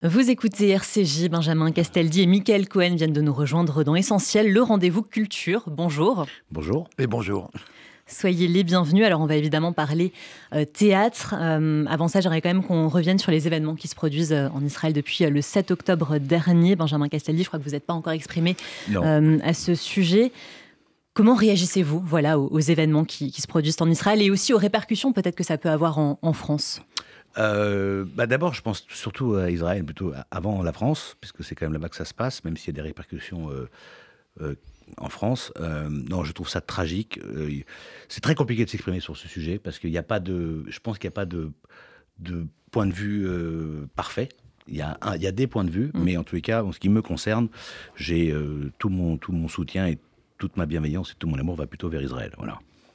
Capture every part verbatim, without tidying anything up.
Vous écoutez R C J, Benjamin Castaldi et Mickaël Cohen viennent de nous rejoindre dans Essentiel, le rendez-vous culture. Bonjour. Bonjour. Et bonjour. Soyez les bienvenus. Alors, on va évidemment parler euh, théâtre. Euh, avant ça, j'aimerais quand même qu'on revienne sur les événements qui se produisent euh, en Israël depuis euh, le sept octobre dernier. Benjamin Castaldi, je crois que vous n'êtes pas encore exprimé euh, à ce sujet. Comment réagissez-vous voilà, aux, aux événements qui, qui se produisent en Israël et aussi aux répercussions peut-être que ça peut avoir en, en France ? Euh, bah d'abord, je pense surtout à Israël, plutôt avant la France, puisque c'est quand même là-bas que ça se passe, même s'il y a des répercussions euh, euh, en France. Euh, non, je trouve ça tragique. Euh, c'est très compliqué de s'exprimer sur ce sujet, parce qu'il n'y a pas de... Je pense qu'il n'y a pas de, de point de vue euh, parfait. Il y, a un, il y a des points de vue, mmh. mais en tous les cas, en ce qui me concerne, j'ai euh, tout, mon, tout mon soutien et toute ma bienveillance et tout mon amour va plutôt vers Israël. Voilà.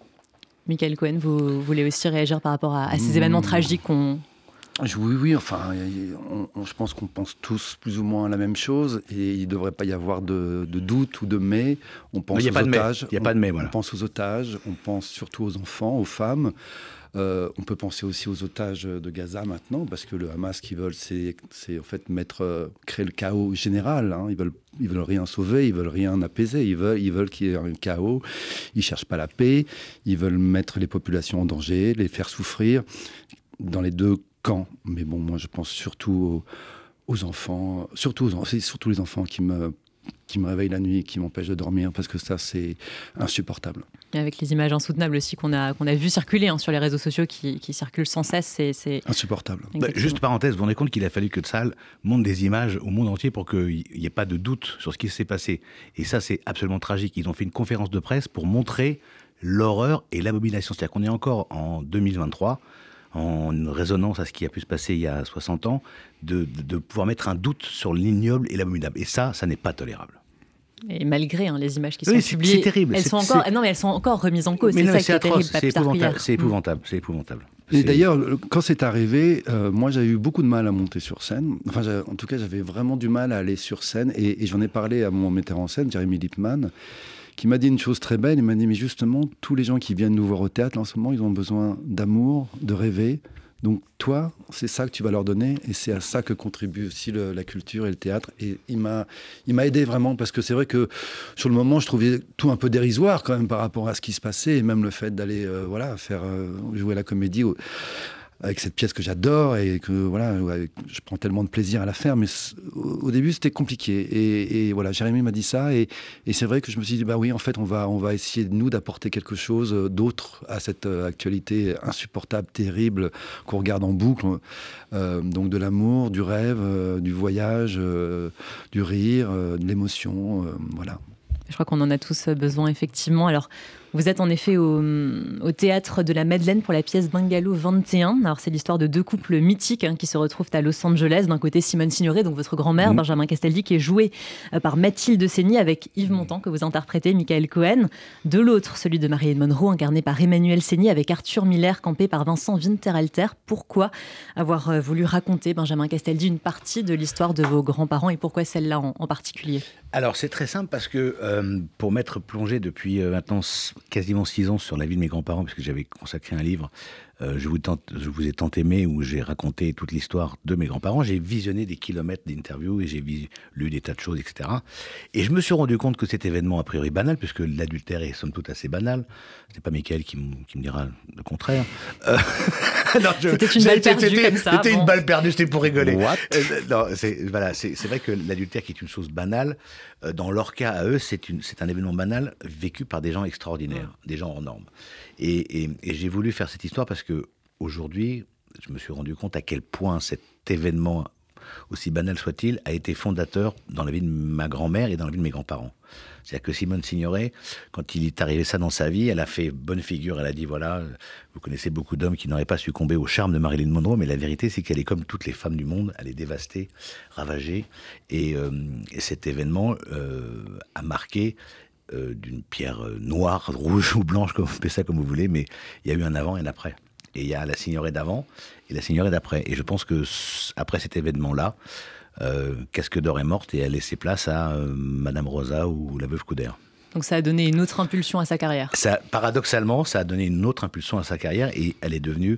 Mickaël Cohen, vous voulez aussi réagir par rapport à, à ces mmh. événements tragiques qu'on... Oui, oui, enfin, on, on, je pense qu'on pense tous plus ou moins à la même chose et il ne devrait pas y avoir de, de doute ou de mais. On pense aux otages. Il n'y a pas de mais, voilà. On pense aux otages, on pense surtout aux enfants, aux femmes. Euh, on peut penser aussi aux otages de Gaza maintenant, parce que le Hamas, ce qu'ils veulent, c'est, c'est en fait mettre, euh, créer le chaos général. Hein. Ils veulent, ils veulent rien sauver, ils veulent rien apaiser. Ils veulent, ils veulent qu'il y ait un chaos. Ils cherchent pas la paix. Ils veulent mettre les populations en danger, les faire souffrir. Dans les deux camps. Mais bon, moi, je pense surtout aux, aux enfants, surtout aux, c'est surtout les enfants qui me qui me réveillent la nuit et qui m'empêchent de dormir, parce que ça, c'est insupportable. Et avec les images insoutenables aussi qu'on a, qu'on a vues circuler hein, sur les réseaux sociaux qui, qui circulent sans cesse, c'est... c'est... insupportable. Bah, juste parenthèse, vous vous rendez compte qu'il a fallu que Tzahal montre des images au monde entier pour qu'il n'y ait pas de doute sur ce qui s'est passé. Et ça, c'est absolument tragique. Ils ont fait une conférence de presse pour montrer l'horreur et l'abomination. C'est-à-dire qu'on est encore en deux mille vingt-trois, en résonance à ce qui a pu se passer il y a soixante ans, de, de, de pouvoir mettre un doute sur l'ignoble et l'abominable. Et ça, ça n'est pas tolérable. Et malgré hein, les images qui sont oui, publiées, c'est terrible. Elles c'est, sont encore, c'est... non, mais elles sont encore remises en cause. Mais c'est non, ça c'est qui est atroce, terrible. c'est épouvantable, c'est épouvantable, c'est épouvantable. Et c'est... d'ailleurs, quand c'est arrivé, euh, moi j'avais eu beaucoup de mal à monter sur scène. Enfin, en tout cas, j'avais vraiment du mal à aller sur scène. Et, et j'en ai parlé à mon metteur en scène, Jeremy Lipman, qui m'a dit une chose très belle. Il m'a dit, mais justement, tous les gens qui viennent nous voir au théâtre, là, en ce moment, ils ont besoin d'amour, de rêver. Donc toi, c'est ça que tu vas leur donner, et c'est à ça que contribue aussi le, la culture et le théâtre. Et il m'a, il m'a aidé vraiment, parce que c'est vrai que sur le moment, je trouvais tout un peu dérisoire quand même par rapport à ce qui se passait, et même le fait d'aller euh, voilà, faire euh, jouer la comédie au, avec cette pièce que j'adore et que voilà, je prends tellement de plaisir à la faire, mais au début c'était compliqué. Et, et voilà, Jérémy m'a dit ça, et, et c'est vrai que je me suis dit bah oui, en fait, on va on va essayer nous d'apporter quelque chose d'autre à cette actualité insupportable, terrible qu'on regarde en boucle. Euh, donc de l'amour, du rêve, euh, du voyage, euh, du rire, euh, de l'émotion, euh, voilà. Je crois qu'on en a tous besoin, effectivement. Alors, vous êtes en effet au, au Théâtre de la Madeleine pour la pièce Bungalow vingt et un. Alors, c'est l'histoire de deux couples mythiques hein, qui se retrouvent à Los Angeles. D'un côté, Simone Signoret, donc votre grand-mère, mmh. Benjamin Castaldi, qui est joué euh, par Mathilde Seigny avec Yves Montand, que vous interprétez, Mickaël Cohen. De l'autre, celui de Marilyn Monroe, incarné par Emmanuel Seigny, avec Arthur Miller, campé par Vincent Winterhalter. Pourquoi avoir euh, voulu raconter, Benjamin Castaldi, une partie de l'histoire de vos grands-parents, et pourquoi celle-là en, en particulier ? Alors, c'est très simple, parce que euh, pour m'être plongé depuis euh, maintenant quasiment six ans sur la vie de mes grands-parents, puisque j'avais consacré un livre, euh, je, vous tente, je vous ai tant aimé, où j'ai raconté toute l'histoire de mes grands-parents. J'ai visionné des kilomètres d'interviews et j'ai vu, lu des tas de choses, et cetera. Et je me suis rendu compte que cet événement, a priori banal, puisque l'adultère est somme toute assez banal, c'est pas Mickaël qui, m- qui me dira le contraire. Euh... non, je... C'était une balle perdue c'était, comme ça. C'était bon. une balle perdue, c'était pour rigoler. What euh, non, c'est, voilà, c'est, c'est vrai que l'adultère, qui est une chose banale, euh, dans leur cas à eux, c'est, une, c'est un événement banal vécu par des gens extraordinaires, mmh. des gens hors normes. Et, et, et j'ai voulu faire cette histoire parce que aujourd'hui, je me suis rendu compte à quel point cet événement, aussi banal soit-il, a été fondateur dans la vie de ma grand-mère et dans la vie de mes grands-parents. C'est-à-dire que Simone Signoret, quand il est arrivé ça dans sa vie, elle a fait bonne figure, elle a dit voilà, vous connaissez beaucoup d'hommes qui n'auraient pas succombé au charme de Marilyn Monroe, mais la vérité c'est qu'elle est comme toutes les femmes du monde, elle est dévastée, ravagée, et, euh, et cet événement euh, a marqué euh, d'une pierre noire, rouge ou blanche, comme vous appelez ça comme vous voulez, mais il y a eu un avant et un après. Et il y a la Signoret d'avant et la Signoret d'après. Et je pense que après cet événement-là, Euh, Casque d'Or est morte et a laissé place à euh, Madame Rosa ou la Veuve Coudert. Donc ça a donné une autre impulsion à sa carrière. Ça, paradoxalement, ça a donné une autre impulsion à sa carrière et elle est devenue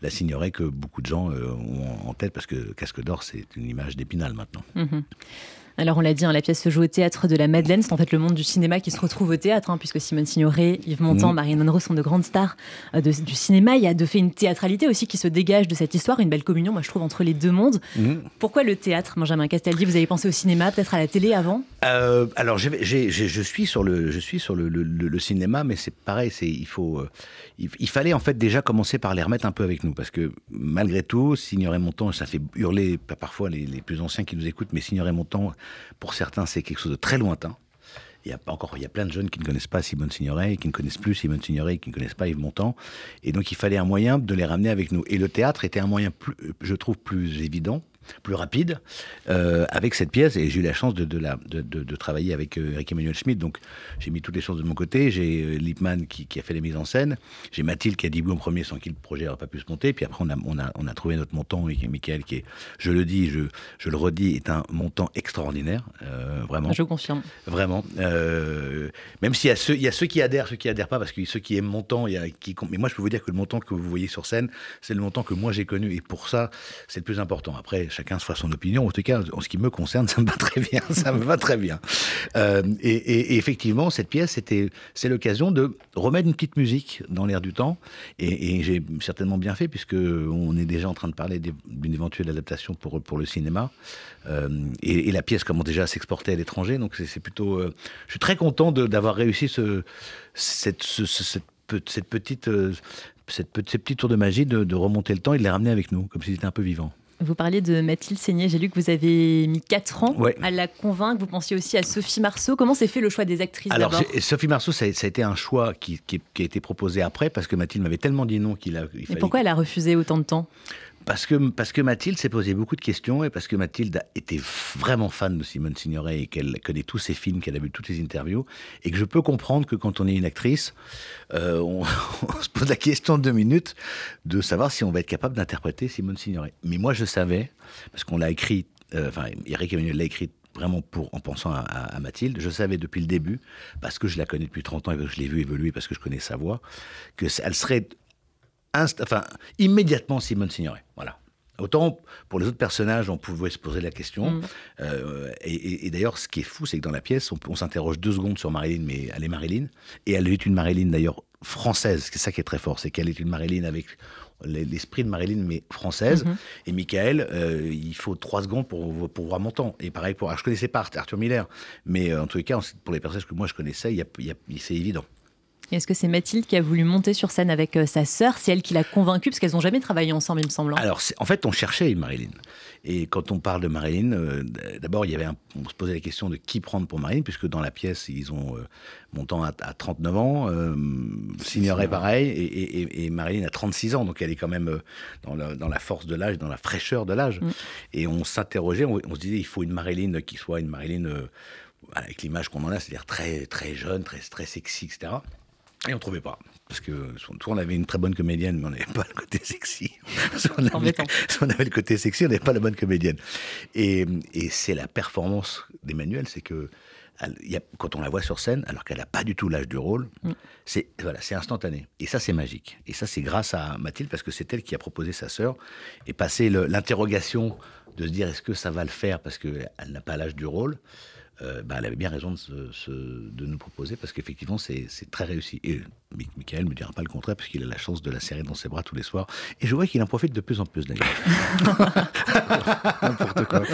la Signoret que beaucoup de gens euh, ont en tête, parce que Casque d'Or, c'est une image d'Épinal maintenant. Mmh. Alors on l'a dit, hein, la pièce se joue au Théâtre de la Madeleine. C'est en fait le monde du cinéma qui se retrouve au théâtre, hein, puisque Simone Signoret, Yves Montand, mmh. Marilyn Monroe sont de grandes stars euh, de, du cinéma. Il y a de fait une théâtralité aussi qui se dégage de cette histoire, une belle communion, moi je trouve, entre les deux mondes. Mmh. Pourquoi le théâtre, Benjamin Castaldi? Vous avez pensé au cinéma, peut-être à la télé avant? euh, Alors j'ai, j'ai, j'ai, je suis sur le, je suis sur le, le, le, le cinéma, mais c'est pareil, c'est, il, faut, euh, il, il fallait en fait déjà commencer par les remettre un peu avec nous, parce que malgré tout, Signoret Montand, ça fait hurler parfois les, les plus anciens qui nous écoutent, mais Signoret Montand, pour certains, c'est quelque chose de très lointain. Il y a encore, il y a plein de jeunes qui ne connaissent pas Simone Signoret, qui ne connaissent plus Simone Signoret, qui ne connaissent pas Yves Montand. Et donc, il fallait un moyen de les ramener avec nous. Et le théâtre était un moyen, plus, je trouve, plus évident, plus rapide, euh, avec cette pièce. Et j'ai eu la chance de, de, la, de, de, de travailler avec euh, Eric-Emmanuel Schmitt. Donc, j'ai mis toutes les chances de mon côté. J'ai euh, Lippmann qui, qui a fait les mises en scène. J'ai Mathilde qui a dit oui en premier, sans qui le projet n'aurait pas pu se monter. Puis après, on a, on a, on a trouvé notre montant, et Michael, qui est, je le dis, je, je le redis, est un montant extraordinaire. Euh, vraiment. Je confirme. Vraiment. Euh, même s'il y a, ceux, il y a ceux qui adhèrent, ceux qui adhèrent pas, parce que ceux qui aiment montant, il y a qui. Mais moi, je peux vous dire que le montant que vous voyez sur scène, c'est le montant que moi j'ai connu. Et pour ça, c'est le plus important. Après, chacun se fera son opinion. En tout cas, en ce qui me concerne, ça me va très bien. Ça me va très bien. Euh, et, et, et effectivement, cette pièce, c'était, c'est l'occasion de remettre une petite musique dans l'air du temps. Et, et j'ai certainement bien fait, puisque on est déjà en train de parler d'une éventuelle adaptation pour, pour le cinéma. Euh, et, et la pièce commence déjà à s'exporter à l'étranger. Donc c'est, c'est plutôt. Euh, je suis très content de, d'avoir réussi ce, cette, ce, cette, cette petite, euh, cette, ces petits tours de magie de, de remonter le temps et de les ramener avec nous, comme s'ils étaient un peu vivants. Vous parliez de Mathilde Seigner, j'ai lu que vous avez mis quatre ans ouais. à la convaincre. Vous pensiez aussi à Sophie Marceau. Comment s'est fait le choix des actrices? Alors, d'abord Sophie Marceau, ça a, ça a été un choix qui, qui, qui a été proposé après, parce que Mathilde m'avait tellement dit non qu'il a... Il fallait... Et pourquoi elle a refusé autant de temps? Parce que, parce que Mathilde s'est posé beaucoup de questions, et parce que Mathilde était vraiment fan de Simone Signoret et qu'elle connaît tous ses films, qu'elle a vu toutes ses interviews, et que je peux comprendre que quand on est une actrice, euh, on, on se pose la question de deux minutes de savoir si on va être capable d'interpréter Simone Signoret. Mais moi, je savais, parce qu'on l'a écrit, euh, enfin, Eric Emmanuel l'a écrit vraiment pour, en pensant à, à, à Mathilde, je savais depuis le début, parce que je la connais depuis trente ans et que je l'ai vue évoluer, parce que je connais sa voix, qu'elle serait... Inst- enfin, immédiatement Simone Signoret. Voilà. Autant pour les autres personnages, on pouvait se poser la question. Mmh. Euh, et, et, et d'ailleurs, ce qui est fou, c'est que dans la pièce, on, on s'interroge deux secondes sur Marilyn, mais elle est Marilyn. Et elle est une Marilyn, d'ailleurs, française. C'est ça qui est très fort, c'est qu'elle est une Marilyn avec l'esprit de Marilyn, mais française. Mmh. Et Michael, euh, il faut trois secondes pour, pour voir mon temps. Et pareil, pour, alors, je connaissais pas Arthur Miller, mais euh, en tous les cas, pour les personnages que moi je connaissais, il y a, il y a, c'est évident. Est-ce que c'est Mathilde qui a voulu monter sur scène avec euh, sa sœur? C'est elle qui l'a convaincue, parce qu'elles n'ont jamais travaillé ensemble, il me semble. Alors, en fait, on cherchait une Marilyn. Et quand on parle de Marilyn, euh, d'abord, il y avait un, on se posait la question de qui prendre pour Marilyn, puisque dans la pièce, ils ont euh, Montand à, à trente-neuf ans, euh, Signoret pareil, et, et, et Marilyn à trente-six ans. Donc, elle est quand même euh, dans, le, dans la force de l'âge, dans la fraîcheur de l'âge. Mm. Et on s'interrogeait, on, on se disait, il faut une Marilyn qui soit une Marilyn euh, avec l'image qu'on en a, c'est-à-dire très, très jeune, très, très sexy, et cetera. Et on ne trouvait pas. Parce que soit on avait une très bonne comédienne, mais on n'avait pas le côté sexy. Soit on, avait, soit on avait le côté sexy, on n'avait pas la bonne comédienne. Et, et c'est la performance d'Emmanuel, c'est que elle, y a, quand on la voit sur scène, alors qu'elle n'a pas du tout l'âge du rôle, mm. c'est, voilà, c'est instantané. Et ça, c'est magique. Et ça, c'est grâce à Mathilde, parce que c'est elle qui a proposé sa sœur, et passé le, l'interrogation de se dire, est-ce que ça va le faire, parce qu'elle n'a pas l'âge du rôle. Euh, bah, elle avait bien raison de, se, se, de nous proposer, parce qu'effectivement c'est, c'est très réussi. Et Michael ne me dira pas le contraire, parce qu'il a la chance de la serrer dans ses bras tous les soirs, et je vois qu'il en profite de plus en plus d'ailleurs. N'importe quoi.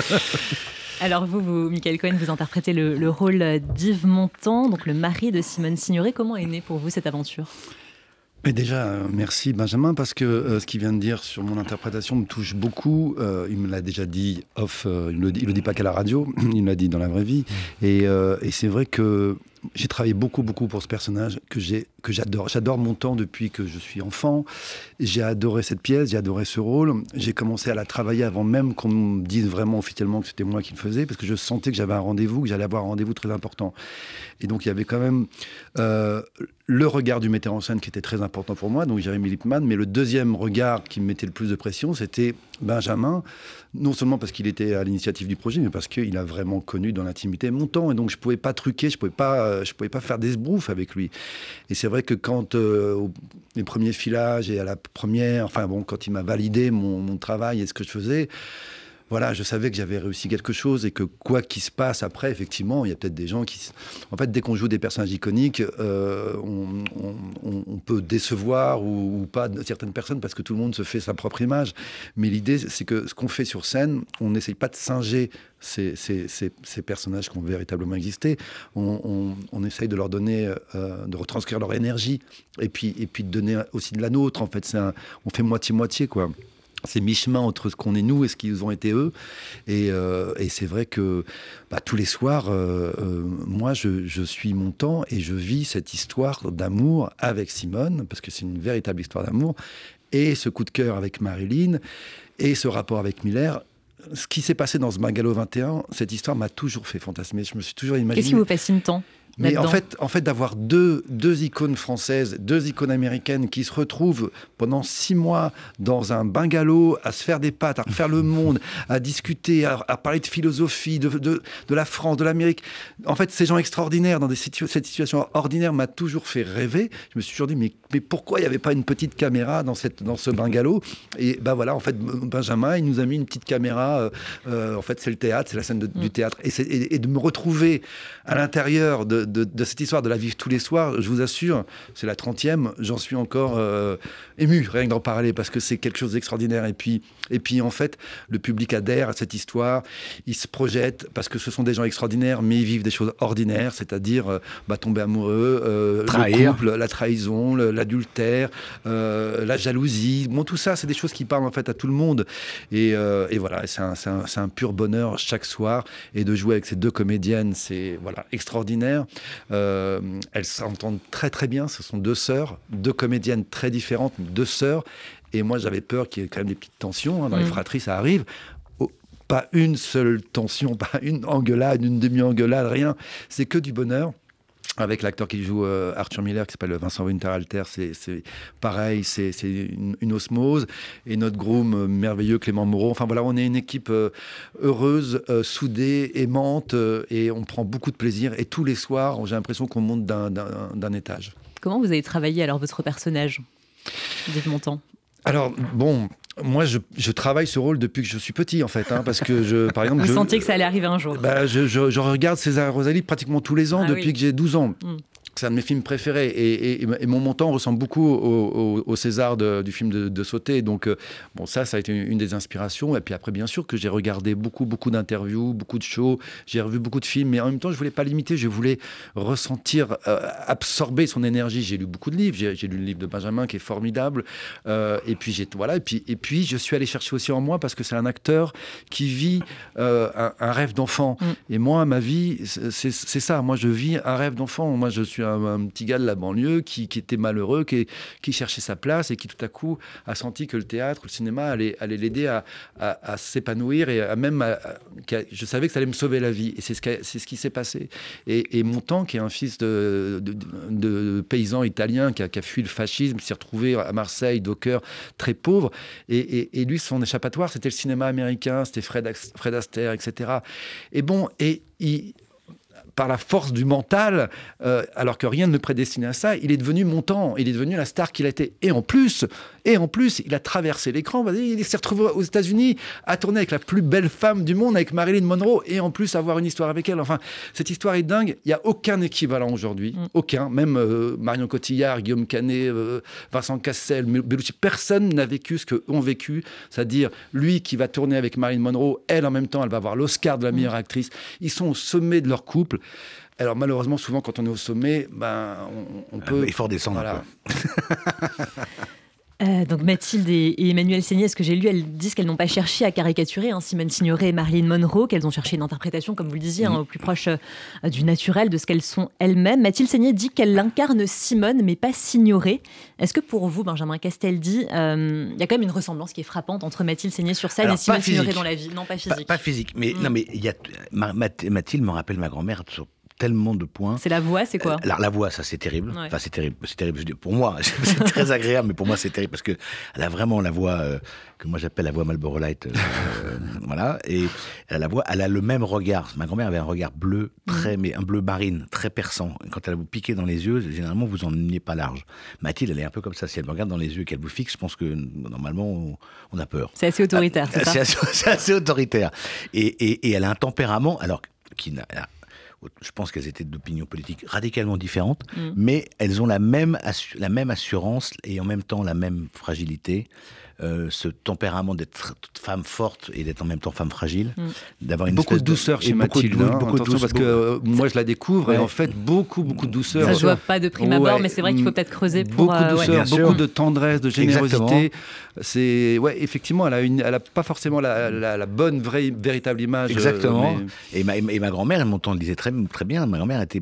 Alors vous, vous, Michael Cohen, vous interprétez le, le rôle d'Yves Montand, donc le mari de Simone Signoret. Comment est née pour vous cette aventure ? Mais déjà, euh, merci Benjamin, parce que euh, ce qu'il vient de dire sur mon interprétation me touche beaucoup. Euh, il me l'a déjà dit off, euh, il ne le, le dit pas qu'à la radio, il me l'a dit dans la vraie vie. Et, euh, et c'est vrai que j'ai travaillé beaucoup, beaucoup pour ce personnage que, j'ai, que j'adore. J'adore Montand depuis que je suis enfant. J'ai adoré cette pièce, j'ai adoré ce rôle. J'ai commencé à la travailler avant même qu'on me dise vraiment officiellement que c'était moi qui le faisais, parce que je sentais que j'avais un rendez-vous, que j'allais avoir un rendez-vous très important. Et donc, il y avait quand même euh, le regard du metteur en scène qui était très important pour moi, donc Jérémy Lippmann. Mais le deuxième regard qui me mettait le plus de pression, c'était Benjamin. Non seulement parce qu'il était à l'initiative du projet, mais parce qu'il a vraiment connu dans l'intimité Montand. Et donc, je ne pouvais pas truquer, je ne pouvais pas, je pouvais pas faire d'esbrouf avec lui. Et c'est vrai que quand euh, au, les premiers filages et à la première, enfin bon, quand il m'a validé mon, mon travail et ce que je faisais, voilà, je savais que j'avais réussi quelque chose et que quoi qu'il se passe après, effectivement, il y a peut-être des gens qui... En fait, dès qu'on joue des personnages iconiques, euh, on, on, on peut décevoir ou, ou pas certaines personnes parce que tout le monde se fait sa propre image. Mais l'idée, c'est que ce qu'on fait sur scène, on n'essaye pas de singer ces, ces, ces, ces personnages qui ont véritablement existé. On, on, on essaye de leur donner, euh, de retranscrire leur énergie et puis, et puis de donner aussi de la nôtre. En fait, c'est un, on fait moitié-moitié, quoi. C'est mi-chemin entre ce qu'on est nous et ce qu'ils ont été eux. Et, euh, et c'est vrai que bah, tous les soirs, euh, euh, moi, je, je suis mon temps et je vis cette histoire d'amour avec Simone, parce que c'est une véritable histoire d'amour, et ce coup de cœur avec Marilyn, et ce rapport avec Miller. Ce qui s'est passé dans ce Bungalow vingt et un, cette histoire m'a toujours fait fantasmer. Je me suis toujours imaginé... Qu'est-ce qui vous fascine tant ? Mais en fait, en fait, d'avoir deux, deux icônes françaises, deux icônes américaines qui se retrouvent pendant six mois dans un bungalow à se faire des pâtes, à refaire le monde, à discuter, à, à parler de philosophie, de, de, de la France, de l'Amérique. En fait, ces gens extraordinaires dans des situ- cette situation ordinaire m'a toujours fait rêver. Je me suis toujours dit, mais, mais pourquoi il n'y avait pas une petite caméra dans, cette, dans ce bungalow ? Et ben voilà, en fait, Benjamin, il nous a mis une petite caméra. Euh, euh, en fait, c'est le théâtre, c'est la scène de, mmh. du théâtre. Et, c'est, et, et de me retrouver à l'intérieur de De, de cette histoire, de la vivre tous les soirs, je vous assure, c'est la trentième, j'en suis encore euh, ému, rien que d'en parler, parce que c'est quelque chose d'extraordinaire. Et puis, et puis, en fait, le public adhère à cette histoire, il se projette, parce que ce sont des gens extraordinaires, mais ils vivent des choses ordinaires, c'est-à-dire euh, bah, tomber amoureux, euh, le couple, la trahison, le, l'adultère, euh, la jalousie. Bon, tout ça, c'est des choses qui parlent en fait à tout le monde. Et, euh, et voilà, c'est un, c'est, un, c'est un pur bonheur chaque soir. Et de jouer avec ces deux comédiennes, c'est voilà, extraordinaire. Euh, elles s'entendent très très bien, ce sont deux sœurs, deux comédiennes très différentes, deux sœurs, et moi j'avais peur qu'il y ait quand même des petites tensions, hein, dans mmh. les fratries ça arrive, oh, pas une seule tension, pas une engueulade, une demi-engueulade, rien, c'est que du bonheur. Avec l'acteur qui joue euh, Arthur Miller, qui s'appelle Vincent Winterhalter, c'est, c'est pareil, c'est, c'est une, une osmose. Et notre groom euh, merveilleux, Clément Moreau. Enfin voilà, on est une équipe euh, heureuse, euh, soudée, aimante, euh, et on prend beaucoup de plaisir. Et tous les soirs, j'ai l'impression qu'on monte d'un, d'un, d'un étage. Comment vous avez travaillé alors votre personnage, Yves Montand ? Alors, bon, moi, je, je travaille ce rôle depuis que je suis petit, en fait. Hein, parce que, je, par exemple... Vous je, sentiez que ça allait arriver un jour. bah, je, je, je regarde César et Rosalie pratiquement tous les ans, ah, depuis oui. que j'ai douze ans. Mm. C'est un de mes films préférés. Et, et, et mon Montand ressemble beaucoup au, au, au César de, du film de, de Sauté. Donc, euh, bon, ça, ça a été une, une des inspirations. Et puis après, bien sûr, que j'ai regardé beaucoup, beaucoup d'interviews, beaucoup de shows. J'ai revu beaucoup de films. Mais en même temps, je ne voulais pas limiter. Je voulais ressentir, euh, absorber son énergie. J'ai lu beaucoup de livres. J'ai, j'ai lu le livre de Benjamin, qui est formidable. Euh, et puis, j'ai, voilà. Et puis, et puis, je suis allé chercher aussi en moi, parce que c'est un acteur qui vit euh, un, un rêve d'enfant. Mm. Et moi, ma vie, c'est, c'est, c'est ça. Moi, je vis un rêve d'enfant. Moi, je suis un, un petit gars de la banlieue qui, qui était malheureux, qui, qui cherchait sa place et qui tout à coup a senti que le théâtre, le cinéma allait, allait l'aider à, à, à s'épanouir et à même... À, à, je savais que ça allait me sauver la vie. Et c'est ce, c'est ce qui s'est passé. Et, et Montand, qui est un fils de, de, de, de paysan italien qui a, qui a fui le fascisme, s'est retrouvé à Marseille, docker, très pauvre. Et, et, et lui, son échappatoire, c'était le cinéma américain, c'était Fred, Fred Astaire, et cetera. Et bon, et il... par la force du mental, euh, alors que rien ne le prédestinait à ça, il est devenu Montand, il est devenu la star qu'il a été. Et en plus, et en plus, il a traversé l'écran, il s'est retrouvé aux États-Unis à tourner avec la plus belle femme du monde, avec Marilyn Monroe, et en plus avoir une histoire avec elle. Enfin, cette histoire est dingue. Il n'y a aucun équivalent aujourd'hui, mm. aucun. Même euh, Marion Cotillard, Guillaume Canet, euh, Vincent Cassel, Bellucci, personne n'a vécu ce qu'eux ont vécu. C'est-à-dire, lui qui va tourner avec Marilyn Monroe, elle en même temps, elle va avoir l'Oscar de la meilleure mm. actrice. Ils sont au sommet de leur couple. Alors malheureusement, souvent quand on est au sommet, ben, on, on peut... Il faut redescendre voilà. un peu. Euh, donc Mathilde et, et Emmanuelle Seigner, ce que j'ai lu, elles disent qu'elles n'ont pas cherché à caricaturer hein, Simone Signoret et Marilyn Monroe, qu'elles ont cherché une interprétation, comme vous le disiez, mmh. hein, au plus proche euh, du naturel, de ce qu'elles sont elles-mêmes. Mathilde Seigner dit qu'elle incarne Simone, mais pas Signoret. Est-ce que pour vous, Benjamin Castaldi, il euh, y a quand même une ressemblance qui est frappante entre Mathilde Seigner sur scène Alors, et Simone Signoret dans la vie ? Non, pas physique. Pas, pas physique, mais, mmh. non, mais y a, Mathilde me rappelle ma grand-mère sur tellement de points. C'est la voix, c'est quoi ? euh, Alors la voix, ça c'est terrible. Ouais. Enfin c'est terrible, c'est terrible. Je dis, pour moi, c'est très agréable, mais pour moi c'est terrible parce que elle a vraiment la voix euh, que moi j'appelle la voix Marlboro Light. Euh, euh, voilà. Et elle a la voix, elle a le même regard. Ma grand-mère avait un regard bleu, très, mmh. mais un bleu marine, très perçant. Quand elle vous piquait dans les yeux, généralement vous en emmenez pas large. Mathilde, elle est un peu comme ça. Si elle me regarde dans les yeux et qu'elle vous fixe, je pense que normalement on, on a peur. C'est assez autoritaire, ah, c'est ça ? C'est assez, c'est assez autoritaire. Et, et, et elle a un tempérament, alors qui n'a. Je pense qu'elles étaient d'opinions politiques radicalement différentes, mmh. mais elles ont la même, assu- la même assurance et en même temps la même fragilité. Euh, ce tempérament d'être femme forte et d'être en même temps femme fragile, mmh. d'avoir une beaucoup de douceur de... chez Mathilde, beaucoup de, hein, beaucoup de douceur parce que euh, moi je la découvre ouais. et en fait beaucoup beaucoup de douceur. Ça se voit pas de prime abord, ouais. mais c'est vrai qu'il faut peut-être creuser pour beaucoup de douceur, euh, ouais. beaucoup de tendresse, de générosité. Exactement. C'est ouais, effectivement, elle a une, elle a pas forcément la, la, la bonne vraie véritable image. Exactement. Euh, mais... Et ma et ma grand-mère, elle m'entend le disait très très bien. Ma grand-mère était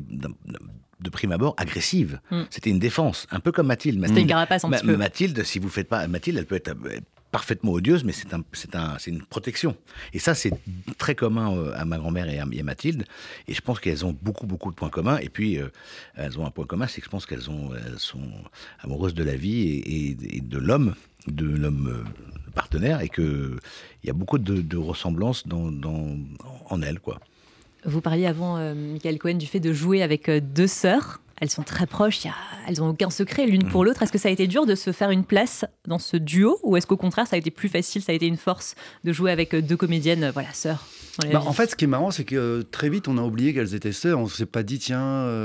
de prime abord agressive. Mm. C'était une défense, un peu comme Mathilde. Mathilde C'était une carapace un Ma, petit peu. Mathilde, si vous faites pas Mathilde, elle peut être parfaitement odieuse, mais c'est, un, c'est, un, c'est une protection. Et ça, c'est très commun à ma grand-mère et à, et à Mathilde. Et je pense qu'elles ont beaucoup, beaucoup de points communs. Et puis, euh, elles ont un point commun, c'est que je pense qu'elles ont, elles sont amoureuses de la vie et, et, et de l'homme, de l'homme euh, partenaire, et qu'il y a beaucoup de, de ressemblances dans, dans, en elles, quoi. Vous parliez avant, euh, Michael Cohen, du fait de jouer avec euh, deux sœurs. Elles sont très proches, y a... elles n'ont aucun secret l'une mmh. pour l'autre. Est-ce que ça a été dur de se faire une place dans ce duo, ou est-ce qu'au contraire, ça a été plus facile, ça a été une force de jouer avec deux comédiennes, euh, voilà, sœurs bah, En fait, ce qui est marrant, c'est que euh, très vite, on a oublié qu'elles étaient sœurs. On ne s'est pas dit, tiens,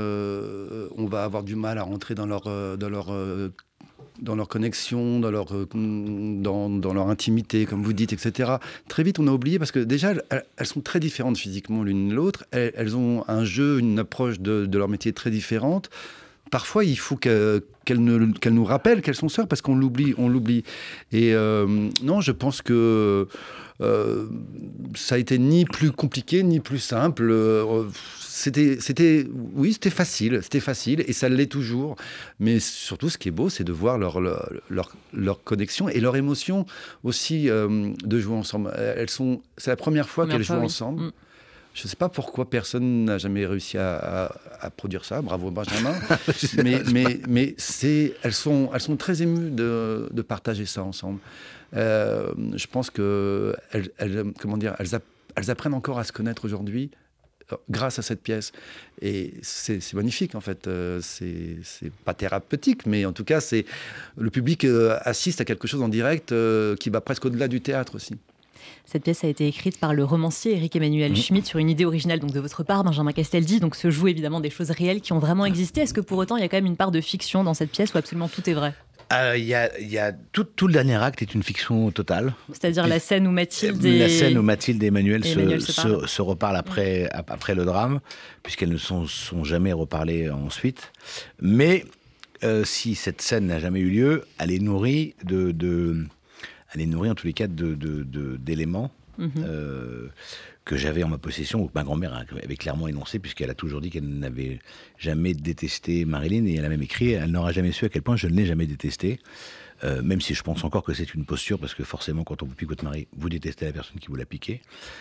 euh, on va avoir du mal à rentrer dans leur... Euh, dans leur euh, dans leur connexion, dans leur, dans, dans leur intimité, comme vous dites, et cetera. Très vite, on a oublié, parce que déjà, elles, elles sont très différentes physiquement l'une de l'autre. Elles, elles ont un jeu, une approche de, de leur métier très différente. Parfois, il faut que, qu'elles, ne, qu'elles nous rappellent qu'elles sont sœurs, parce qu'on l'oublie. On l'oublie. Et euh, non, je pense que euh, ça a été ni plus compliqué, ni plus simple. Euh, C'était, c'était, oui, c'était facile, c'était facile, et ça l'est toujours. Mais surtout, ce qui est beau, c'est de voir leur, leur, leur, leur connexion et leur émotion aussi euh, de jouer ensemble. Elles sont, c'est la première fois première qu'elles fois, jouent oui. ensemble. Mm. Je ne sais pas pourquoi personne n'a jamais réussi à, à, à produire ça. Bravo Benjamin. mais mais, mais c'est, elles, sont, elles sont très émues de, de partager ça ensemble. Euh, je pense qu'elles elles, comment dire, elles, app, elles apprennent encore à se connaître aujourd'hui, grâce à cette pièce. Et c'est, c'est magnifique, en fait. Euh, c'est, c'est pas thérapeutique, mais en tout cas, c'est, le public euh, assiste à quelque chose en direct euh, qui va presque au-delà du théâtre aussi. Cette pièce a été écrite par le romancier Éric-Emmanuel mmh. Schmitt sur une idée originale donc de votre part, Benjamin Castaldi. Donc se jouent évidemment des choses réelles qui ont vraiment existé. Est-ce que pour autant, il y a quand même une part de fiction dans cette pièce où absolument tout est vrai ? Il euh, y a, y a tout, tout le dernier acte est une fiction totale. C'est-à-dire la scène où Mathilde et... La scène où Mathilde et Emmanuel, et se, Emmanuel se, se, parlent. se reparlent après, mmh. après le drame, puisqu'elles ne sont, sont jamais reparlées ensuite. Mais euh, si cette scène n'a jamais eu lieu, elle est nourrie, de, de, elle est nourrie en tous les cas de, de, de, d'éléments mmh. euh, que j'avais en ma possession, ou que ma grand-mère avait clairement énoncé, puisqu'elle a toujours dit qu'elle n'avait jamais détesté Marilyn, et elle a même écrit « Elle n'aura jamais su à quel point je ne l'ai jamais détestée euh, », même si je pense encore que c'est une posture, parce que forcément, quand on vous pique votre mari, vous détestez la personne qui vous l'a piqué.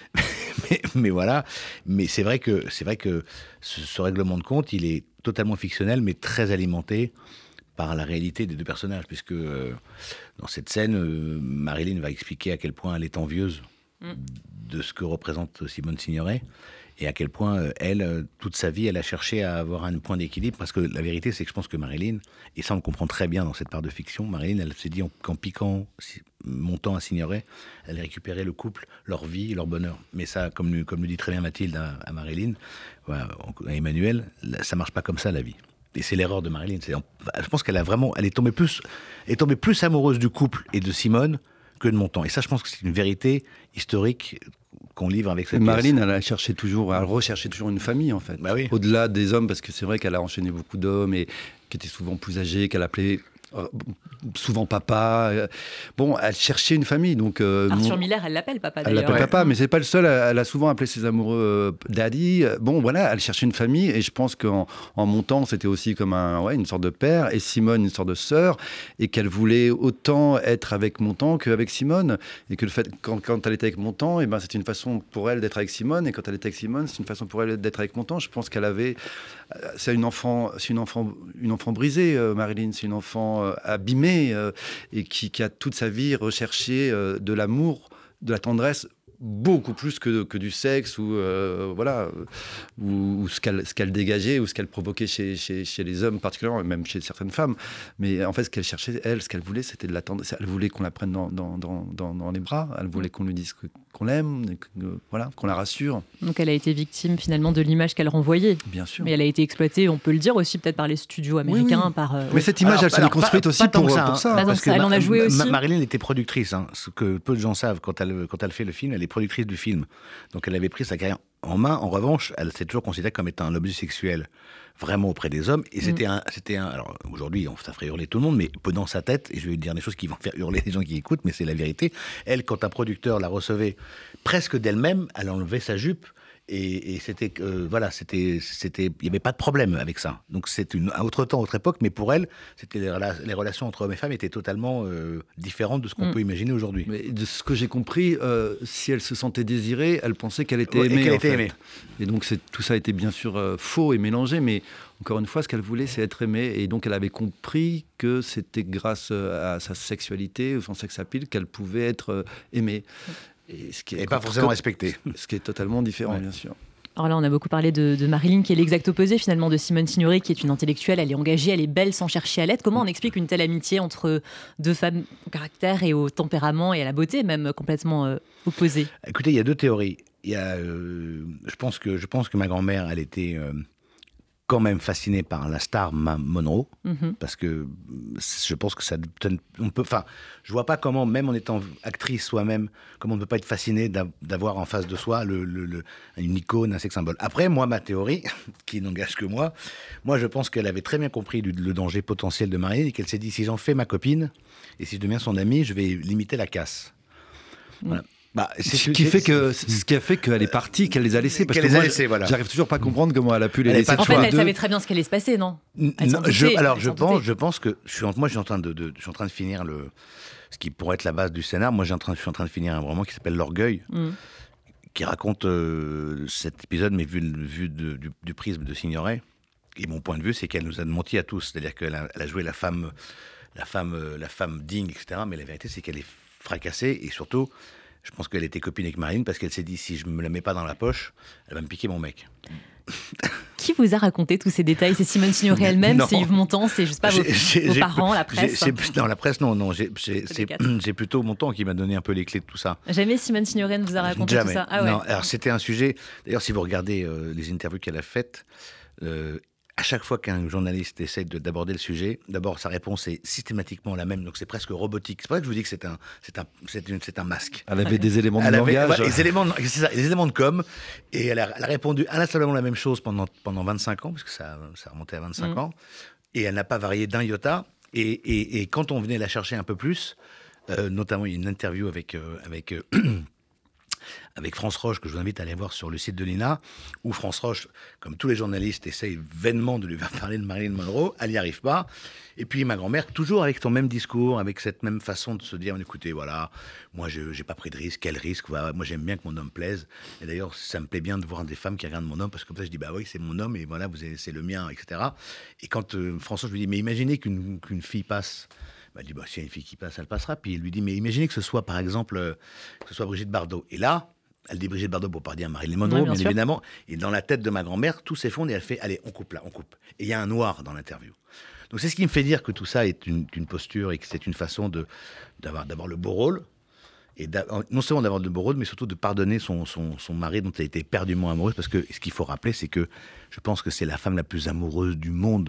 mais, mais voilà, mais c'est vrai que, c'est vrai que ce, ce règlement de compte, il est totalement fictionnel, mais très alimenté par la réalité des deux personnages, puisque euh, dans cette scène, euh, Marilyn va expliquer à quel point elle est envieuse mmh. de ce que représente Simone Signoret, et à quel point, euh, elle, toute sa vie, elle a cherché à avoir un point d'équilibre, parce que la vérité, c'est que je pense que Marilyn, et ça on comprend très bien dans cette part de fiction, Marilyn, elle s'est dit en, qu'en piquant, montant à Signoret, elle récupérait le couple, leur vie, leur bonheur. Mais ça, comme, comme le dit très bien Mathilde à, à Marilyn, voilà, à Emmanuel, ça marche pas comme ça, la vie. Et c'est l'erreur de Marilyn. C'est, je pense qu'elle a vraiment, elle est tombée plus, est tombée plus amoureuse du couple et de Simone que de Montand. Et ça, je pense que c'est une vérité historique qu'on livre avec cette Marilyn, pièce. elle a cherché toujours, elle recherchait toujours une famille, en fait. Bah oui. Au-delà des hommes, parce que c'est vrai qu'elle a enchaîné beaucoup d'hommes et qui étaient souvent plus âgés, qu'elle appelait euh, souvent papa. Euh, bon, elle cherchait une famille. Donc, euh, Arthur mon... Miller, elle l'appelle papa Elle d'ailleurs. l'appelle Ouais. papa, mais c'est pas le seul. Elle, elle a souvent appelé ses amoureux euh, daddy. Bon, voilà, elle cherchait une famille et je pense qu'en en montant, c'était aussi comme un, ouais, une sorte de père et Simone une sorte de sœur et qu'elle voulait autant être avec Montand qu'avec Simone et que le fait quand, quand elle était avec Montand, et ben c'était une façon pour elle d'être avec Simone et quand elle était avec Simone, c'est une façon pour elle d'être avec Montand. Je pense qu'elle avait, c'est une enfant, c'est une enfant, une enfant brisée, euh, Marilyn, c'est une enfant euh, abîmée euh, et qui, qui a toute sa vie recherché euh, de l'amour, de la tendresse, beaucoup plus que, que du sexe ou euh, voilà ou, ou ce qu'elle ce qu'elle dégageait ou ce qu'elle provoquait chez, chez, chez les hommes particulièrement et même chez certaines femmes. Mais en fait, ce qu'elle cherchait, elle, ce qu'elle voulait, c'était de la tendresse. Elle voulait qu'on la prenne dans, dans, dans, dans, dans les bras. Elle voulait qu'on lui dise que, qu'on l'aime, et que, voilà, qu'on la rassure. Donc elle a été victime finalement de l'image qu'elle renvoyait. Bien sûr. Mais elle a été exploitée, on peut le dire aussi peut-être par les studios américains. Oui, oui. Par, euh, Mais cette image, alors, elle s'est construite aussi pour ça. Pour ça hein. Parce que elle en a joué aussi. Marilyn était productrice, hein, ce que peu de gens savent quand elle, quand elle fait le film, elle est productrice du film. Donc elle avait pris sa carrière en main. En revanche, elle s'est toujours considérée comme étant un objet sexuel, vraiment auprès des hommes. Et c'était, mmh. un, c'était un... Alors aujourd'hui, ça ferait hurler tout le monde, mais peu dans sa tête, et je vais dire des choses qui vont faire hurler les gens qui écoutent, mais c'est la vérité. Elle, quand un producteur la recevait presque d'elle-même, elle enlevait sa jupe. Et, et c'était, euh, voilà, c'était, c'était, il n'y avait pas de problème avec ça. Donc c'est une, un autre temps, autre époque, mais pour elle, c'était les, les relations entre hommes et femmes étaient totalement euh, différentes de ce qu'on mmh. peut imaginer aujourd'hui. Mais de ce que j'ai compris, euh, si elle se sentait désirée, elle pensait qu'elle était ouais, aimée. Et qu'elle en était fait. aimée. Et donc c'est, tout ça était bien sûr euh, faux et mélangé, mais encore une fois, ce qu'elle voulait, c'est être aimée. Et donc elle avait compris que c'était grâce à sa sexualité, ou son sex appeal, qu'elle pouvait être euh, aimée. Et, ce qui est et pas forcément respecté. Ce qui est totalement différent, ouais. bien sûr. Alors là, on a beaucoup parlé de, de Marilyn, qui est l'exact opposé finalement de Simone Signoret, qui est une intellectuelle, elle est engagée, elle est belle sans chercher à l'être. Comment on explique une telle amitié entre deux femmes au caractère et au tempérament et à la beauté, même complètement euh, opposées ? Écoutez, il y a deux théories. Il y a, euh, je, pense que, je pense que ma grand-mère, elle était... Euh, quand même fasciné par la star Monroe, mm-hmm. parce que je pense que ça... On peut, enfin, je vois pas comment, même en étant actrice soi-même, comment on ne peut pas être fasciné d'avoir en face de soi le, le, le, une icône, un sex symbole. Après, moi, ma théorie, qui n'engage que moi, moi, je pense qu'elle avait très bien compris le, le danger potentiel de Marilyn et qu'elle s'est dit, si j'en fais ma copine, et si je deviens son amie, je vais limiter la casse. Mm. Voilà. Bah, c'est ce qui fait que ce qui a fait qu'elle est partie, qu'elle les a laissés. Parce qu'elle que les moi, a laissés, voilà. J'arrive toujours pas à comprendre comment elle a pu les elle laisser. En fait, elle savait très bien ce qui allait se passer, non, non je, Alors, je pense, je pense que je suis, moi, je suis en train de, de, je suis en train de finir le, ce qui pourrait être la base du scénar. Moi, je suis en train, je suis en train de finir un roman qui s'appelle L'Orgueil, mm. qui raconte euh, cet épisode, mais vu, vu de, du, du prisme de Signoret. Et mon point de vue, c'est qu'elle nous a menti à tous. C'est-à-dire qu'elle a, elle a joué la femme, la femme, la femme digne, et cetera. Mais la vérité, c'est qu'elle est fracassée et surtout. Je pense qu'elle était copine avec Marilyn parce qu'elle s'est dit si je me la mets pas dans la poche, elle va me piquer mon mec. Qui vous a raconté tous ces détails ? C'est Simone Signoret elle-même, c'est Yves Montand, c'est juste pas vos, j'ai, vos j'ai, parents, j'ai, la presse j'ai, Non, la presse, non, non. J'ai, j'ai, c'est, j'ai plutôt Montand qui m'a donné un peu les clés de tout ça. Jamais Simone Signoret ne vous a raconté Jamais. tout ça. Ah ouais. Non, alors c'était un sujet. D'ailleurs, si vous regardez euh, les interviews qu'elle a faites. Euh, À chaque fois qu'un journaliste essaie de, d'aborder le sujet, d'abord sa réponse est systématiquement la même, donc c'est presque robotique. C'est pour ça que je vous dis que c'est un, c'est un, c'est une, c'est un masque. Elle avait des éléments de elle langage. Avait, ouais, des éléments, c'est ça, des éléments de com, et elle a, elle a répondu inlassablement la même chose pendant pendant vingt-cinq ans, parce que ça, ça remontait à vingt-cinq mmh. ans, et elle n'a pas varié d'un iota. Et, et, et quand on venait la chercher un peu plus, euh, notamment il y a une interview avec euh, avec euh, avec France Roche, que je vous invite à aller voir sur le site de l'I N A, où France Roche, comme tous les journalistes, essaye vainement de lui faire parler de Marilyn Monroe, elle n'y arrive pas. Et puis ma grand-mère, toujours avec son même discours, avec cette même façon de se dire, écoutez, voilà, moi je n'ai pas pris de risque, quel risque, voilà, moi j'aime bien que mon homme plaise. Et d'ailleurs, ça me plaît bien de voir des femmes qui regardent mon homme, parce que comme ça je dis, bah oui, c'est mon homme, et voilà, vous avez, c'est le mien, et cetera. Et quand euh, France Roche lui dit, mais imaginez qu'une, qu'une fille passe... Elle bah, dit, bah, s'il y a une fille qui passe, elle passera. Puis il lui dit, mais imaginez que ce soit, par exemple, euh, que ce soit Brigitte Bardot. Et là, elle dit Brigitte Bardot pour pas dire Marilyn Monroe, ouais, bien, bien évidemment. Et dans la tête de ma grand-mère, tout s'effondre et elle fait, allez, on coupe là, on coupe. Et il y a un noir dans l'interview. Donc c'est ce qui me fait dire que tout ça est une, une posture et que c'est une façon de, d'avoir, d'avoir le beau rôle. Et non seulement d'avoir le beau rôle, mais surtout de pardonner son, son, son mari dont elle était éperdument amoureuse. Parce que ce qu'il faut rappeler, c'est que je pense que c'est la femme la plus amoureuse du monde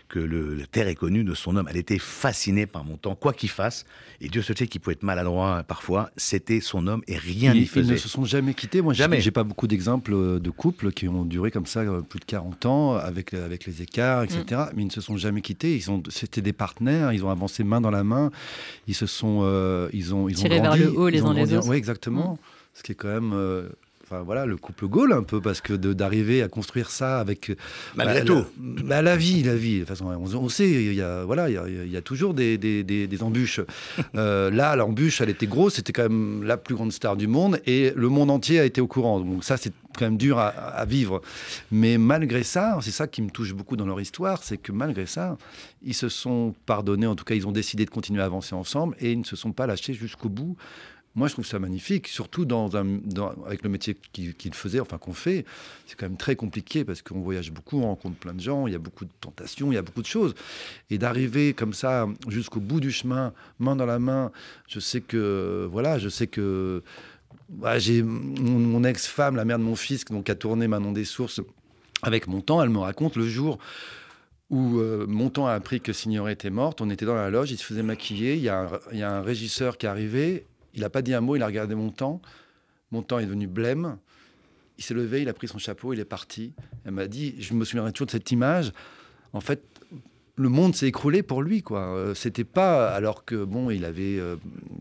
que le, la terre est connue de son homme. Elle était fascinée par Montand, quoi qu'il fasse. Et Dieu se sait qu'il pouvait être maladroit parfois. C'était son homme et rien n'y faisait. Ils ne se sont jamais quittés. Moi, jamais. J'ai pas beaucoup d'exemples de couples qui ont duré comme ça plus de quarante ans, avec, avec les écarts, et cetera. Mm. Mais ils ne se sont jamais quittés. Ils ont, c'était des partenaires. Ils ont avancé main dans la main. Ils se sont, euh, ils ont, ils ont tirés grandi, vers le haut les uns les autres. Oui, exactement. Mm. Ce qui est quand même. Euh, Enfin, voilà, le couple Gaulle, un peu, parce que de, d'arriver à construire ça avec... Malgré bah, tout. La, bah, la vie, la vie. De toute façon, on, on sait, il y a, voilà, il y a, il y a toujours des, des, des, des embûches. euh, là, l'embûche, elle était grosse, c'était quand même la plus grande star du monde, et le monde entier a été au courant. Donc ça, c'est quand même dur à, à vivre. Mais malgré ça, c'est ça qui me touche beaucoup dans leur histoire, c'est que malgré ça, ils se sont pardonnés, en tout cas, ils ont décidé de continuer à avancer ensemble, et ils ne se sont pas lâchés jusqu'au bout. Moi, je trouve ça magnifique, surtout dans un, dans, avec le métier qu'il, qu'il faisait, enfin qu'on fait. C'est quand même très compliqué parce qu'on voyage beaucoup, on rencontre plein de gens, il y a beaucoup de tentations, il y a beaucoup de choses. Et d'arriver comme ça jusqu'au bout du chemin, main dans la main, je sais que, voilà, je sais que bah, j'ai mon, mon ex-femme, la mère de mon fils, donc, qui a tourné Manon des Sources avec Montand, elle me raconte le jour où euh, Montand a appris que Signoret était morte. On était dans la loge, il se faisait maquiller, il y a un, il y a un régisseur qui est arrivé. Il n'a pas dit un mot, il a regardé Montand. Montand est devenu blême. Il s'est levé, il a pris son chapeau, il est parti. Elle m'a dit, je me souviendrai toujours de cette image. En fait, le monde s'est écroulé pour lui, quoi. Euh, c'était pas alors que bon, il avait, euh,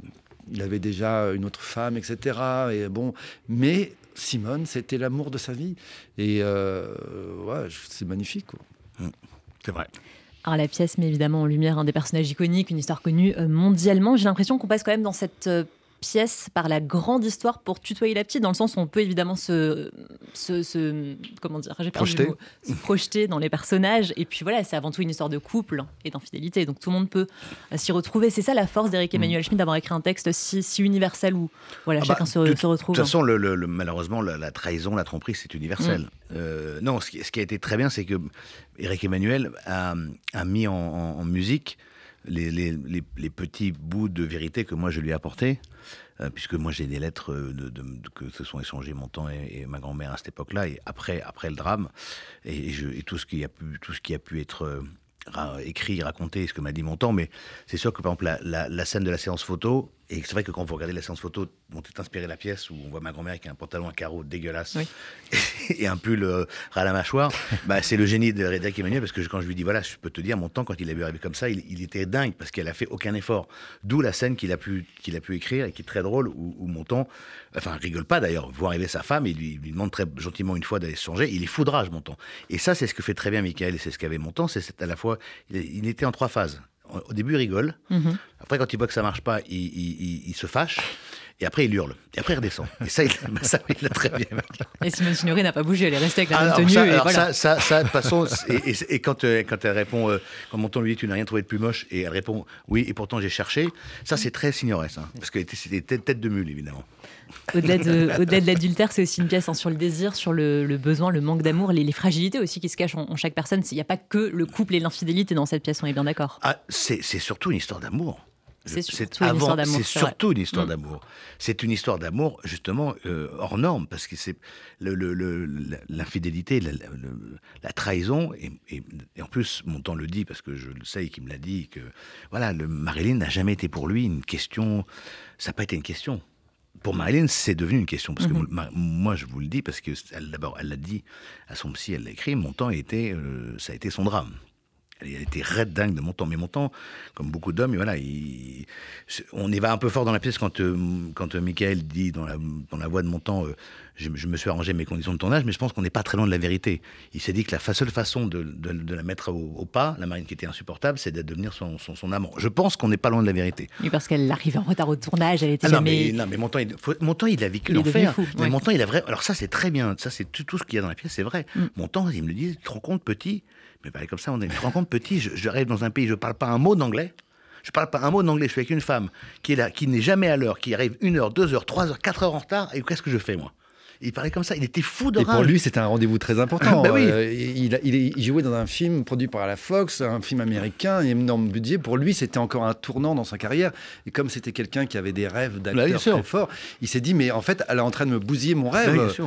il avait déjà une autre femme, et cetera. Et bon, mais Simone, c'était l'amour de sa vie. Et euh, ouais, c'est magnifique, quoi. Mmh, c'est vrai. Alors la pièce met évidemment en lumière un des personnages iconiques, une histoire connue euh, mondialement. J'ai l'impression qu'on passe quand même dans cette euh, pièce par la grande histoire pour tutoyer la petite, dans le sens où on peut évidemment se, se, se comment dire, j'ai perdu le mot, se projeter dans les personnages. Et puis voilà, c'est avant tout une histoire de couple et d'infidélité, donc tout le monde peut euh, s'y retrouver. C'est ça la force d'Éric Emmanuel Schmitt, d'avoir écrit un texte si, si universel où voilà, ah chacun bah, se, de, se retrouve. De toute façon, le, le, le, malheureusement, la, la trahison, la tromperie, c'est universel. Mm. Euh, non, ce qui, ce qui a été très bien, c'est que Éric Emmanuel a, a mis en, en, en musique les, les, les, les petits bouts de vérité que moi je lui ai apportés. Euh, puisque moi j'ai des lettres de, de, de, que se sont échangées Montand et, et ma grand-mère à cette époque-là, et après, après le drame, et, et, je, et tout, ce qui a pu, tout ce qui a pu être euh, ra- écrit, raconté, ce que m'a dit Montand, mais c'est sûr que par exemple la, la, la scène de la séance photo, et c'est vrai que quand vous regardez la séance photo dont est inspirée la pièce, où on voit ma grand-mère avec un pantalon à carreaux dégueulasse, oui. et, et un pull euh, ras à la mâchoire, bah, c'est le génie d'Éric Emmanuel, parce que je, quand je lui dis, voilà, je peux te dire, Montand, quand il a vu arriver comme ça, il, il était dingue, parce qu'elle a fait aucun effort. D'où la scène qu'il a pu, qu'il a pu écrire, et qui est très drôle, où, où Montand, enfin, rigole pas d'ailleurs, voit arriver sa femme, et il lui, lui demande très gentiment une fois d'aller se changer, il est foudrage, Montand. Et ça, c'est ce que fait très bien Michael, et c'est ce qu'avait Montand, c'est à la fois, il, il était en trois phases. Au début, il rigole. Mmh. Après, quand il voit que ça marche pas, il, il, il, il se fâche. Et après, il hurle. Et après, il redescend. Et ça, il, ça, il l'a très bien. Et Simone Signoret n'a pas bougé. Elle est restée avec la alors, même tenue. Ça, et alors voilà. ça, ça, ça, de toute façon, et, et, et quand, euh, quand elle répond, euh, quand Montand lui dit, tu n'as rien trouvé de plus moche, et elle répond, oui, et pourtant j'ai cherché. Ça, c'est très Signoret, ça. Parce que c'était tête, tête de mule, évidemment. Au-delà de, au-delà de l'adultère, c'est aussi une pièce hein, sur le désir, sur le, le besoin, le manque d'amour, les, les fragilités aussi qui se cachent en, en chaque personne. Il n'y a pas que le couple et l'infidélité dans cette pièce, on est bien d'accord. Ah, c'est, c'est surtout une histoire d'amour. C'est, c'est, avant, une histoire d'amour, c'est, c'est surtout vrai. une histoire mmh. d'amour. C'est une histoire d'amour, justement, euh, hors norme, parce que c'est le, le, le, l'infidélité, la, la, la trahison, et, et, et en plus, Montand le dit, parce que je le sais et qu'il me l'a dit, que voilà, le, Marilyn n'a jamais été pour lui une question, ça n'a pas été une question. Pour Marilyn, c'est devenu une question, parce que mmh. ma, moi, je vous le dis, parce que elle, d'abord, elle l'a dit à son psy, elle l'a écrit, Montand était, euh, ça a été son drame. Elle était raide dingue de Montand, mais Montand, comme beaucoup d'hommes, voilà, il, on y va un peu fort dans la pièce quand, euh, quand euh, Michael dit dans la, dans la voix de Montand, euh, je, je me suis arrangé mes conditions de tournage, mais je pense qu'on n'est pas très loin de la vérité. Il s'est dit que la seule façon de, de, de la mettre au, au pas, la Marine qui était insupportable, c'est de devenir son, son, son amant. Je pense qu'on n'est pas loin de la vérité. Oui, parce qu'elle arrivait en retard au tournage, elle était ah non, jamais... Mais, non, mais Montand, il, faut, Montand, il a vécu il l'enfer. Fou, mais ouais. Montand, il a vrai... Alors ça, c'est très bien. Ça, c'est tout, tout ce qu'il y a dans la pièce, c'est vrai. Mm. Montand, il me le dit, tu te rends compte, petit, mais bah, comme ça, on est, tu te rends compte, petit, je, je rêve dans un pays, je ne parle pas un mot d'anglais. Je ne parle pas un mot d'anglais, je suis avec une femme qui est là, qui n'est jamais à l'heure, qui arrive une heure, deux heures, trois heures, quatre heures en retard, et qu'est-ce que je fais, moi ? Il parlait comme ça, il était fou de rage. Et pour lui, c'était un rendez-vous très important. bah oui. euh, il, il, il jouait dans un film produit par la Fox, un film américain, un énorme budget. Pour lui, c'était encore un tournant dans sa carrière. Et comme c'était quelqu'un qui avait des rêves d'acteur bah, très forts, il s'est dit, mais en fait, elle est en train de me bousiller mon rêve. Bah, bien sûr.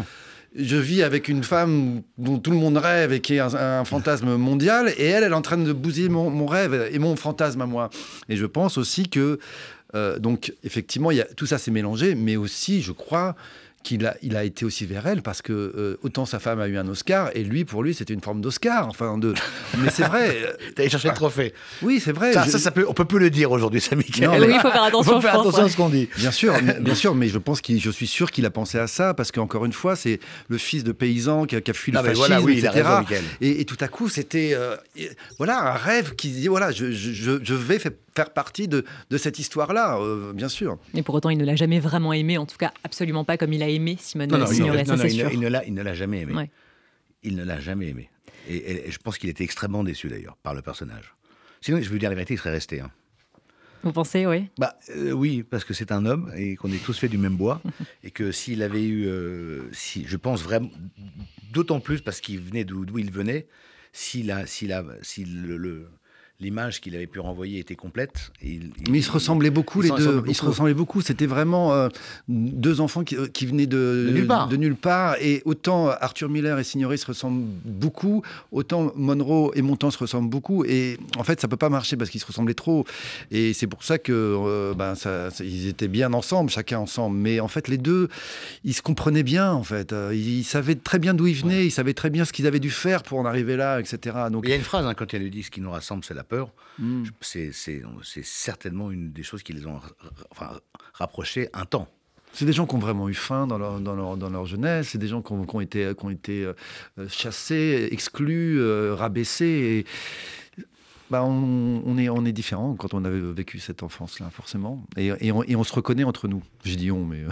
je vis avec une femme dont tout le monde rêve et qui est un, un fantasme mondial, et elle, elle est en train de bousiller mon, mon rêve et mon fantasme à moi. Et je pense aussi que, euh, donc, effectivement, il y a, tout ça s'est mélangé, mais aussi, je crois, qu'il a, il a été aussi vers elle, parce que euh, autant sa femme a eu un Oscar, et lui, pour lui, c'était une forme d'Oscar. Enfin, de... Mais c'est vrai. T'as allé chercher le trophée. Oui, c'est vrai. Ça, je... ça, ça peut, on peut plus le dire aujourd'hui, ça, Mickaël. Non, mais... Oui, il faut faire attention, faut faire je pense, attention ouais. à ce qu'on dit. Bien sûr, bien sûr, mais je pense qu'il, je suis sûr qu'il a pensé à ça, parce qu'encore une fois, c'est le fils de paysan qui a, qui a fui le non, mais fascisme, voilà, oui, et cetera. Il a raison, Mickaël. Et, et tout à coup, c'était euh, voilà, un rêve qui dit, voilà, je, je, je vais faire faire partie de, de cette histoire-là, euh, bien sûr. Et pour autant, il ne l'a jamais vraiment aimé, en tout cas absolument pas comme il a aimé Simone non, non, Signoret, ça non, c'est non, sûr. Il ne, l'a, il ne l'a jamais aimé. Ouais. Il ne l'a jamais aimé. Et, et, et je pense qu'il était extrêmement déçu d'ailleurs par le personnage. Sinon, je veux dire la vérité, il serait resté. Hein. Vous pensez, oui bah, euh, Oui, parce que c'est un homme et qu'on est tous faits du même bois. Et que s'il avait eu... Euh, si, je pense vraiment... D'autant plus parce qu'il venait d'où, d'où il venait, s'il a, s'il a, s'il le... le l'image qu'il avait pu renvoyer était complète. Il, il, Mais ils se ressemblaient beaucoup, il, les il deux. beaucoup. Ils se ressemblaient beaucoup. C'était vraiment euh, deux enfants qui, qui venaient de, de, nulle part. de nulle part. Et autant Arthur Miller et Signoret se ressemblent beaucoup, autant Monroe et Montand se ressemblent beaucoup. Et en fait, ça ne peut pas marcher parce qu'ils se ressemblaient trop. Et c'est pour ça que euh, ben, ça, ça, ils étaient bien ensemble, chacun ensemble. Mais en fait, les deux, ils se comprenaient bien. En fait. Ils, ils savaient très bien d'où ils venaient. Ouais. Ils savaient très bien ce qu'ils avaient dû faire pour en arriver là, et cetera. Donc, il y a une phrase, hein, quand elle lui dit « Ce qui nous rassemble, c'est la peur mm. ». C'est, c'est, c'est certainement une des choses qui les ont enfin, rapprochés un temps. C'est des gens qui ont vraiment eu faim dans leur, dans leur, dans leur jeunesse, c'est des gens qui ont, qui ont été, qui ont été euh, chassés, exclus, euh, rabaissés. Et, bah, on, on, est, on est différents quand on avait vécu cette enfance-là, forcément. Et, et, on, et on se reconnaît entre nous. J'ai dit on, mais...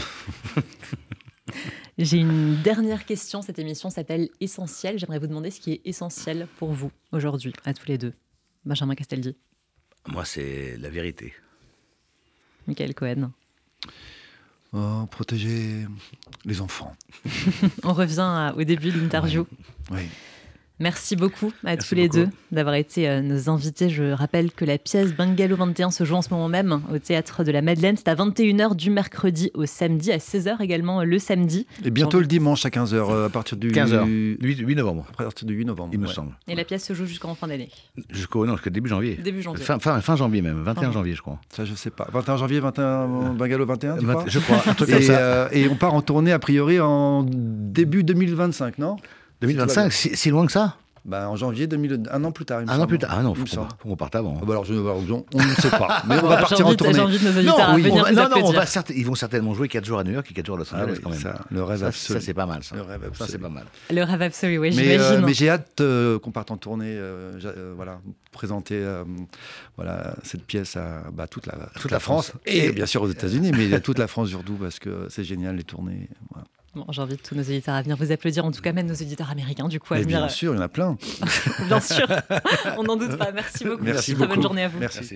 J'ai une dernière question. Cette émission s'appelle Essentiel. J'aimerais vous demander ce qui est essentiel pour vous aujourd'hui, à tous les deux. Benjamin Castaldi. Moi, c'est la vérité. Mickaël Cohen. Oh, protéger les enfants. On revient à, au début de l'interview. Oui. Oui. Merci beaucoup à Merci tous les beaucoup. deux d'avoir été euh, nos invités. Je rappelle que la pièce Bungalow vingt et un se joue en ce moment même au Théâtre de la Madeleine. C'est à vingt et une heures du mercredi au samedi, à seize heures également le samedi. Et bientôt le dimanche à quinze heures, euh, à partir du... quinze heures, huit novembre. À partir du huit novembre, il me ouais. semble. Et la pièce se joue jusqu'en fin d'année. Jusqu'au, non, jusqu'au début janvier. Début janvier. Fin, fin, fin janvier même, vingt et un janvier je crois. Ça je sais pas. vingt et un janvier, vingt et un, Bungalow vingt et un, tu vingt, crois je crois, un truc et, comme ça. Euh, et on part en tournée a priori en début deux mille vingt-cinq, non deux mille vingt-cinq, si, si loin que ça? Bah, en janvier deux mille, un an plus tard. Il me un semble. an plus tard. Ah non, il faut qu'on, faut qu'on parte avant. Ah bah alors, je, alors, on, on ne sait pas. Mais on va partir j'invite, en tournée. J'invite nos auditeurs non, à oui, venir va, vous non, non, applaudir. on va certes, ils vont certainement jouer quatre jours à New York et quatre jours à Los Angeles ah oui, quand même. Ça, le rêve ça, absolu. ça, c'est pas mal. Ça, le rêve absolu. ça c'est pas mal. Le rêve absolu, oui, mais, j'imagine. Euh, mais j'ai hâte euh, qu'on parte en tournée, euh, euh, voilà, présenter euh, voilà, cette pièce à bah, toute la, toute toute la la France, France. et, Et bien sûr aux États-Unis, mais à toute la France surtout parce que c'est génial les tournées. Voilà. Bon, j'invite tous nos auditeurs à venir vous applaudir, en tout cas même nos auditeurs américains, du coup, à Mais venir. bien sûr, il y en a plein. Bien sûr, on n'en doute pas. Merci beaucoup. Merci Très beaucoup. bonne journée à vous. Merci.